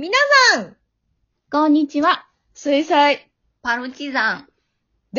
皆さん、 こんにちは。 水彩パルチザンです。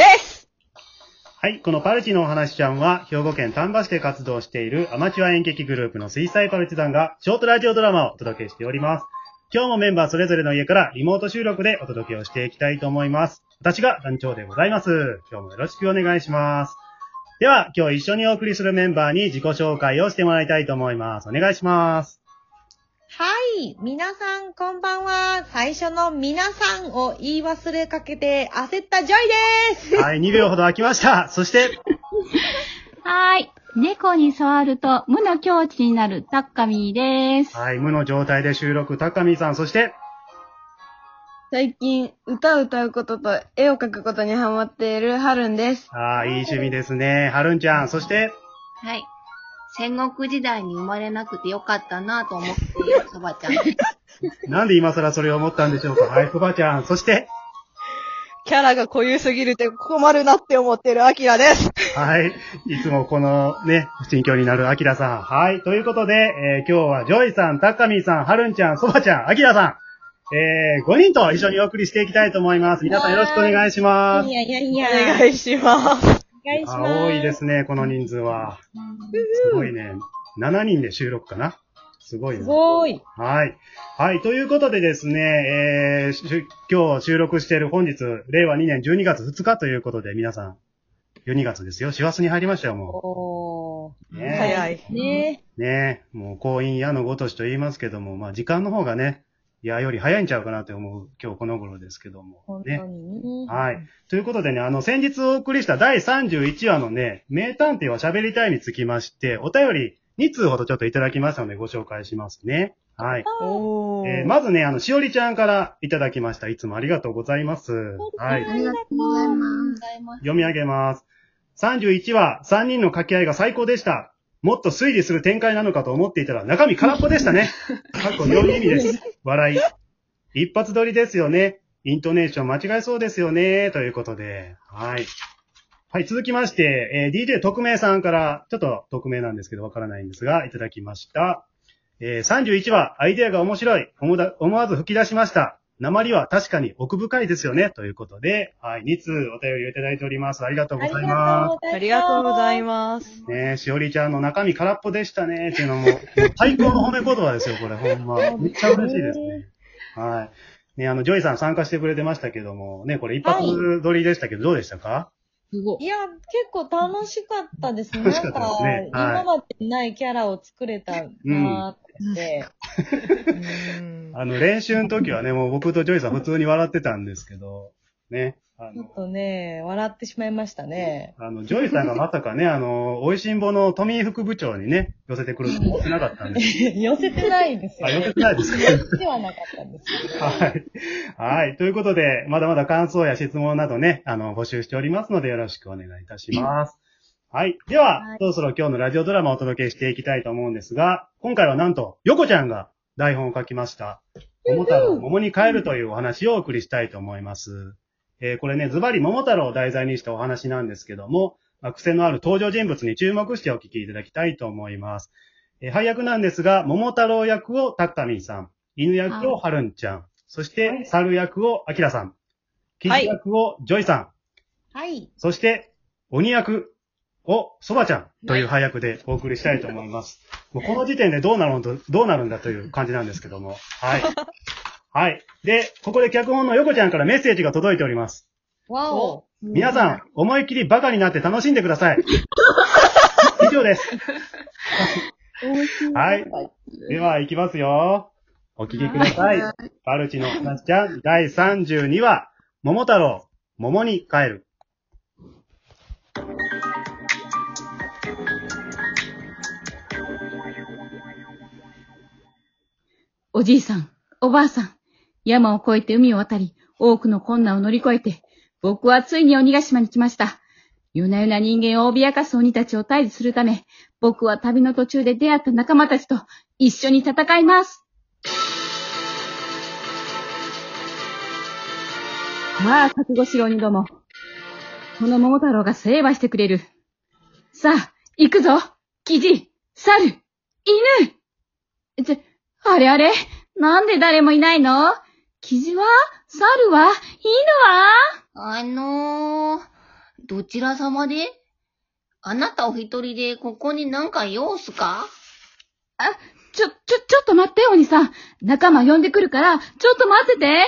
はい、このパルチのお話ちゃんは、兵庫県丹波市で活動しているアマチュア演劇グループの水彩パルチザンが、ショートラジオドラマをお届けしております。今日もメンバーそれぞれの家からリモート収録でお届けをしていきたいと思います。私が団長でございます。今日もよろしくお願いします。では、今日一緒にお送りするメンバーに自己紹介をしてもらいたいと思います。お願いします。 はい、皆さんこんばんは。最初の皆さんを言い忘れかけて焦ったジョイです。 はい、2秒ほど空きました。そして、 はい。猫に触ると無の境地になるタッカミーです。 はい、無の状態で収録、高見さん、そして、 最近、歌を歌うことと絵を描くことにハマっているハルンです。 いい趣味ですね。はるんちゃん、そして、 はい。戦国時代に生まれなくてよかったなと思っているそばちゃんです。 なんで今更それを思ったんでしょうか。はい、そばちゃん、そして、 キャラが固有すぎるって困るなって思ってるアキラです。 はい。いつもこのね、心境になるアキラさん。はい。ということで、今日はジョイさん、タッカミーさん、はるんちゃん、そばちゃん、アキラさん、5人と一緒にお送りしていきたいと思います。皆さんよろしくお願いします。 お願いします。お願いします。 多いですね、この人数は。すごいね。7人で収録かな。すごいね。 すごい。 はい。はい。ということでですね、今日収録している本日、令和2年12月2日ということで、皆さん、12月ですよ。師走に入りましたよ、もう。ね、 早い。 ねもう婚姻矢のごとしと言いますけども、まあ時間の方がね、矢より早いんちゃうかなって思う今日この頃ですけども。 本当にね。 はい。ということでね、先日お送りした第31話のね、名探偵は喋りたいにつきまして、お便り2通ほどちょっといただきましたのでご紹介しますね。はい。まずね、しおりちゃんからいただきました。いつもありがとうございます。はい。 ありがとうございます。 読み上げます。31話、3人の掛け合いが最高でした。もっと推理する展開なのかと思っていたら中身空っぽでしたね。かっこ良い意味です。笑い。一発撮りですよね。イントネーション間違えそうですよね。ということで。はい。はい、続きまして、DJ 特命さんから、ちょっと匿名なんですけどわからないんですが、いただきました。31話、アイデアが面白い。思わず吹き出しました。訛りは確かに奥深いですよね。ということで、はい、2通お便りをいただいております。ありがとうございます。 ありがとうございます。 ねえ、しおりちゃんの中身空っぽでしたね。っていうのも、最高の褒め言葉ですよ、これ、ほんま。めっちゃ嬉しいですね。はい。ね、ジョイさん参加してくれてましたけども、ね、これ一発撮りでしたけど、どうでしたか？ いや、結構楽しかったですね。 楽しかったですね。 今までにないキャラを作れたなーって。 練習の時はね、もう僕とジョイさん普通に笑ってたんですけど、ね。 ちょっとね、笑ってしまいましたね。 ジョイさんがまさかね、おいしんぼの富井副部長にね、寄せてくると思ってなかったんですよ。 寄せてないですよ、ね。 寄せてないですか？ 寄せてはなかったんですけど。 はい。はい。ということで、まだまだ感想や質問などね、募集しておりますのでよろしくお願いいたします。はい。では、そろそろ今日のラジオドラマをお届けしていきたいと思うんですが、今回はなんと、ヨコちゃんが台本を書きました。桃太郎、桃に帰るというお話をお送りしたいと思います。これね、ズバリ桃太郎を題材にしたお話なんですけども、癖のある登場人物に注目してお聞きいただきたいと思います。配役なんですが、桃太郎役をタッカミーさん、犬役をはるんちゃん、そして猿役をアキラさん、キジ役をジョイさん、 はい。 そして鬼役をそばちゃんという配役でお送りしたいと思います。もうこの時点でどうなるんだという感じなんですけども。はい。はい。で、ここで脚本のヨコちゃんからメッセージが届いております。 わお。 皆さん、思いっきりバカになって楽しんでください。以上です。はい。では、行きますよ。お聞きください。パルチの話ちゃん、第32話、桃太郎、桃に帰る。 おじいさん、おばあさん、山を越えて海を渡り、多くの困難を乗り越えて、僕はついに鬼ヶ島に来ました。夜な夜な人間を脅かす鬼たちを退治するため、僕は旅の途中で出会った仲間たちと一緒に戦います。まあ、覚悟しろ鬼ども。この桃太郎が成敗してくれる。さあ、行くぞ。キジ、猿、犬。あれあれ、 なんで誰もいないの？キジは？猿は？犬は？ どちら様で？あなたお一人でここになんか用すか？ ちょっと待って、鬼さん。仲間呼んでくるから、ちょっと待ってて。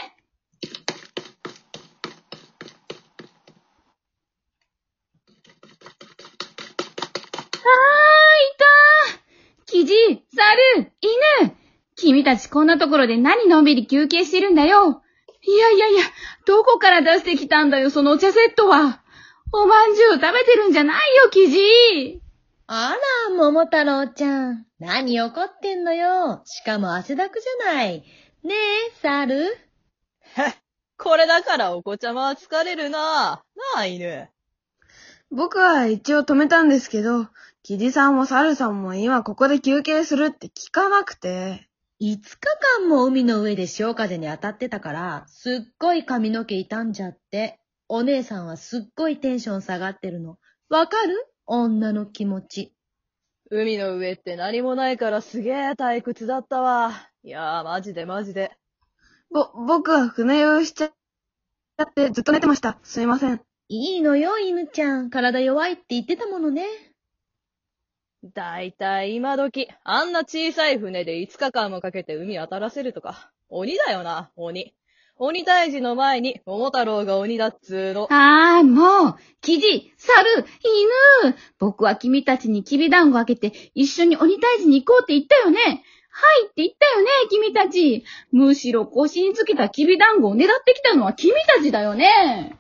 いた！キジ、猿、犬。君たちこんなところで何のんびり休憩してるんだよ。いや、どこから出してきたんだよ、そのお茶セットは。おまんじゅう食べてるんじゃないよ、キジ。 あら、桃太郎ちゃん。何怒ってんのよ。しかも汗だくじゃない。ねえ、猿。 これだからお子ちゃまは疲れるな。なあ、犬。 僕は一応止めたんですけど、キジさんもサルさんも今ここで休憩するって聞かなくて。 5日間も海の上で潮風に当たってたから、すっごい髪の毛傷んじゃって。お姉さんはすっごいテンション下がってるの。わかる？女の気持ち。 海の上って何もないからすげえ退屈だったわ。いやー、マジで。 僕は船酔いしちゃってずっと寝てました。すいません。 いいのよ、犬ちゃん。体弱いって言ってたものね。 だいたい今時、あんな小さい船で5日間もかけて海渡らせるとか、鬼だよな、鬼。鬼退治の前に、桃太郎が鬼だっつーの。 もう、キジ、猿、犬。僕は君たちにきびだんごあげて一緒に鬼退治に行こうって言ったよね。はいって言ったよね、君たち。むしろ腰につけたきびだんごを狙ってきたのは君たちだよね。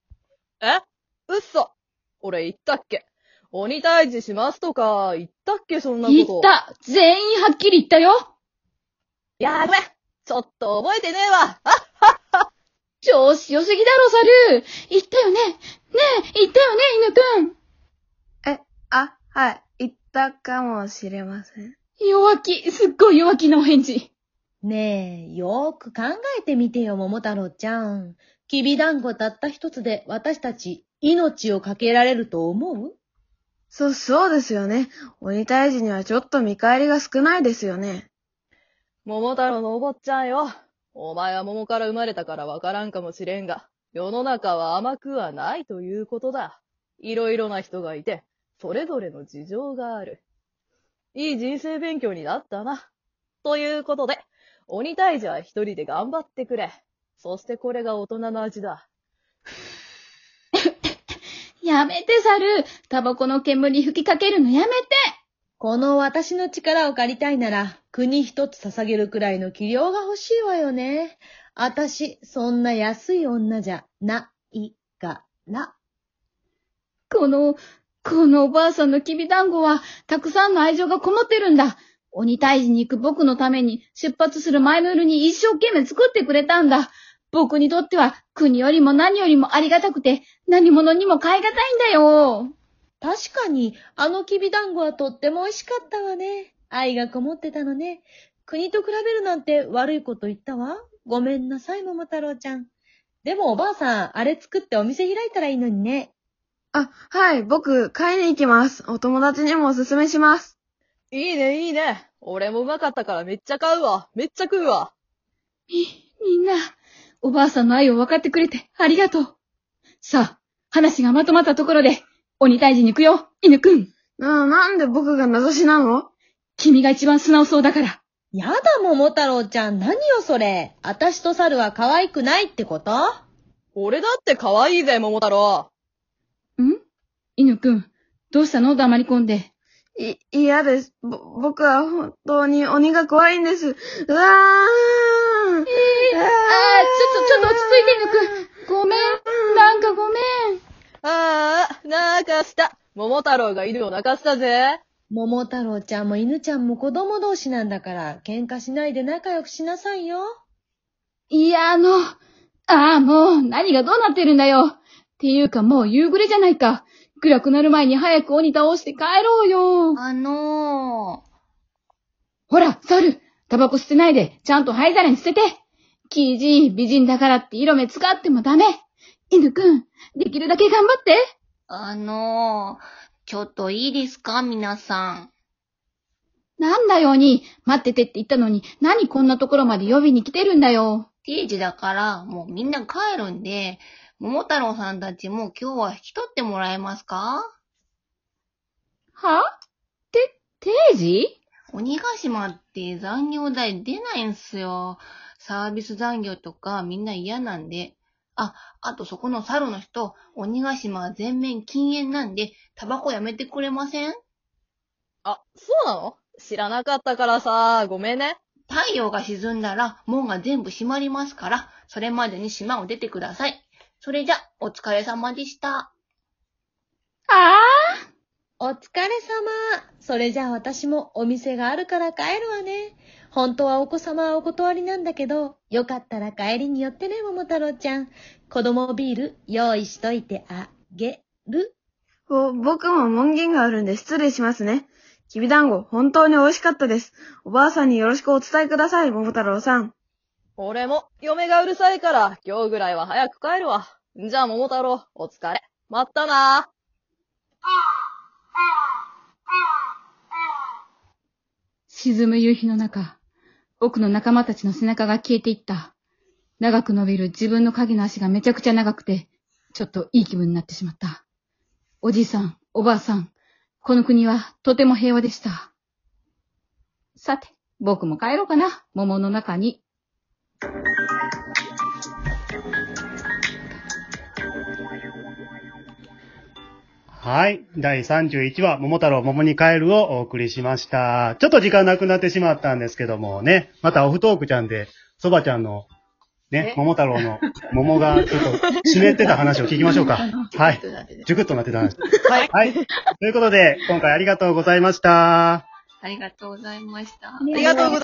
嘘。俺言ったっけ？鬼退治しますとか、言ったっけそんなこと。 言った。全員はっきり言ったよ。 やべ！ちょっと覚えてねえわ。 調子良すぎだろ、猿。言ったよね。ねえ、言ったよね、犬くん。 はい。言ったかもしれません。 弱気、すっごい弱気なお返事。 ねえ、よーく考えてみてよ、桃太郎ちゃん。きびだんごたった一つで私たち命をかけられると思う？ そうですよね。鬼退治にはちょっと見返りが少ないですよね。 桃太郎のお坊ちゃんよ。お前は桃から生まれたからわからんかもしれんが、世の中は甘くはないということだ。いろいろな人がいて、それぞれの事情がある。いい人生勉強になったな。ということで、鬼退治は一人で頑張ってくれ。そしてこれが大人の味だ。 やめて、猿。タバコの煙吹きかけるのやめて。 この私の力を借りたいなら、国一つ捧げるくらいの器量が欲しいわよね。私、そんな安い女じゃないから。 このおばあさんのきびだんごは、たくさんの愛情がこもってるんだ。鬼退治に行く僕のために、出発する前の夜に一生懸命作ってくれたんだ。僕にとっては、国よりも何よりもありがたくて、何者にも代えがたいんだよ。 確かに、あのきびだんごはとっても美味しかったわね。愛がこもってたのね。国と比べるなんて悪いこと言ったわ。ごめんなさい、桃太郎ちゃん。でもおばあさん、あれ作ってお店開いたらいいのにね。 はい。僕、買いに行きます。お友達にもおすすめします。 いいね。俺もうまかったからめっちゃ買うわ。めっちゃ食うわ。 みんな、おばあさんの愛を分かってくれてありがとう。さあ、話がまとまったところで、鬼退治に行くよ、犬くん。 なんで僕が名指しなの？ 君が一番素直そうだから。 やだ、桃太郎ちゃん、何よそれ。私と猿は可愛くないってこと？ 俺だって可愛いぜ、桃太郎。 犬くん、どうしたの？黙り込んで。 嫌です。僕は本当に鬼が怖いんです。うわー。 ちょっと落ち着いて、犬くん。ごめん。なんかごめん。 泣かした。桃太郎が犬を泣かしたぜ。 桃太郎ちゃんも犬ちゃんも子供同士なんだから、喧嘩しないで仲良くしなさいよ。 いや、もう、何がどうなってるんだよ。っていうかもう夕暮れじゃないか。暗くなる前に早く鬼倒して帰ろうよ。ほら、猿、タバコ捨てないで、ちゃんと灰皿に捨てて。キジ、美人だからって色目使ってもダメ。犬くん、できるだけ頑張って。 ちょっといいですか、皆さん。 なんだよ、に、待っててって言ったのに、何こんなところまで呼びに来てるんだよ。 定時だから、もうみんな帰るんで、桃太郎さんたちも今日は引き取ってもらえますか？ は？定時？ 鬼ヶ島って残業代出ないんすよ。サービス残業とかみんな嫌なんで。あとそこの猿の人、鬼ヶ島は全面禁煙なんで、タバコやめてくれません？ あ、そうなの？知らなかったからさ、ごめんね。 太陽が沈んだら門が全部閉まりますから、それまでに島を出てください。それじゃ、お疲れ様でした。 お疲れ様。それじゃあ私もお店があるから帰るわね。本当はお子様はお断りなんだけど、よかったら帰りに寄ってね、桃太郎ちゃん。子供ビール用意しといてあげる。 僕も門限があるんで失礼しますね。きびだんご、本当に美味しかったです。おばあさんによろしくお伝えください、桃太郎さん。 俺も、嫁がうるさいから、今日ぐらいは早く帰るわ。じゃあ桃太郎、お疲れ。まったな。 沈む夕日の中、僕の仲間たちの背中が消えていった。長く伸びる自分の影の足がめちゃくちゃ長くて、ちょっといい気分になってしまった。おじいさん、おばあさん、この国はとても平和でした。さて、僕も帰ろうかな、桃の中に。 はい。第31話、桃太郎桃に帰るをお送りしました。ちょっと時間なくなってしまったんですけどもね、またオフトークちゃんで、そばちゃんのね、桃太郎の桃がちょっと湿ってた話を聞きましょうか。はい。ジュクッとなってた話。はい。はい。ということで、今回ありがとうございました。 ありがとうございました。 ありがとうございました。